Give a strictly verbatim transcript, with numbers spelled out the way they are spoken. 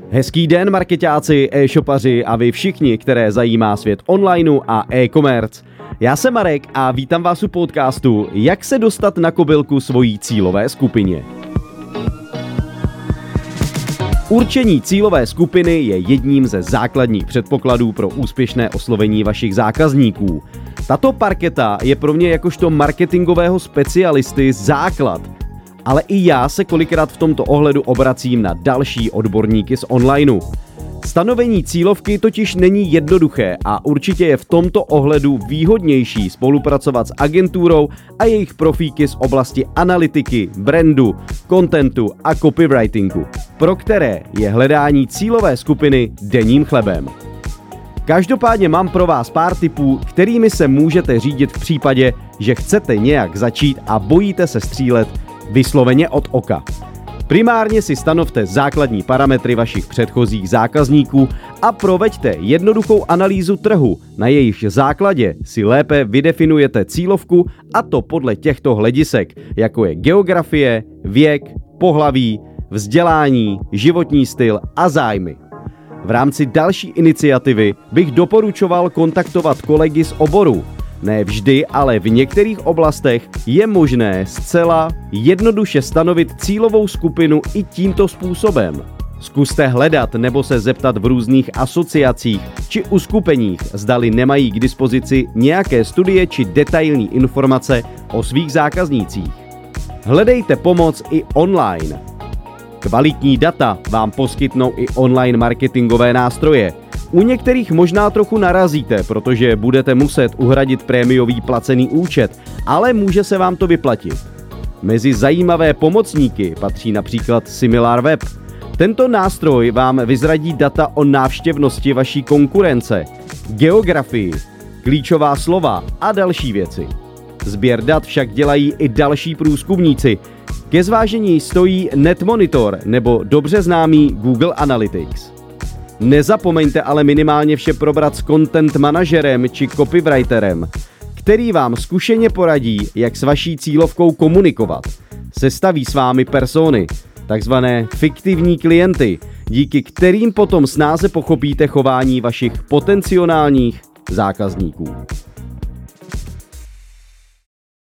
Hezký den, markeťáci, e-shopaři a vy všichni, které zajímá svět onlineu a e-commerce. Já jsem Marek a vítám vás u podcastu Jak se dostat na kobylku svojí cílové skupině. Určení cílové skupiny je jedním ze základních předpokladů pro úspěšné oslovení vašich zákazníků. Tato parketa je pro mě jakožto marketingového specialisty základ, ale i já se kolikrát v tomto ohledu obracím na další odborníky z onlineu. Stanovení cílovky totiž není jednoduché a určitě je v tomto ohledu výhodnější spolupracovat s agenturou a jejich profíky z oblasti analytiky, brandu, contentu a copywritingu, pro které je hledání cílové skupiny denním chlebem. Každopádně mám pro vás pár tipů, kterými se můžete řídit v případě, že chcete nějak začít a bojíte se střílet vysloveně od oka. Primárně si stanovte základní parametry vašich předchozích zákazníků a proveďte jednoduchou analýzu trhu, na jejíž základě si lépe vydefinujete cílovku, a to podle těchto hledisek, jako je geografie, věk, pohlaví, vzdělání, životní styl a zájmy. V rámci další iniciativy bych doporučoval kontaktovat kolegy z oboru. Ne vždy, ale v některých oblastech je možné zcela jednoduše stanovit cílovou skupinu i tímto způsobem. Zkuste hledat nebo se zeptat v různých asociacích či uskupeních, zdali nemají k dispozici nějaké studie či detailní informace o svých zákaznících. Hledejte pomoc i online. Kvalitní data vám poskytnou i online marketingové nástroje. U některých možná trochu narazíte, protože budete muset uhradit prémiový placený účet, ale může se vám to vyplatit. Mezi zajímavé pomocníky patří například SimilarWeb. Tento nástroj vám vyzradí data o návštěvnosti vaší konkurence, geografii, klíčová slova a další věci. Sběr dat však dělají i další průzkumníci. Ke zvážení stojí NetMonitor nebo dobře známý Google Analytics. Nezapomeňte ale minimálně vše probrat s content manažerem či copywriterem, který vám zkušeně poradí, jak s vaší cílovkou komunikovat. Sestaví s vámi persony, takzvané fiktivní klienty, díky kterým potom snáze pochopíte chování vašich potenciálních zákazníků.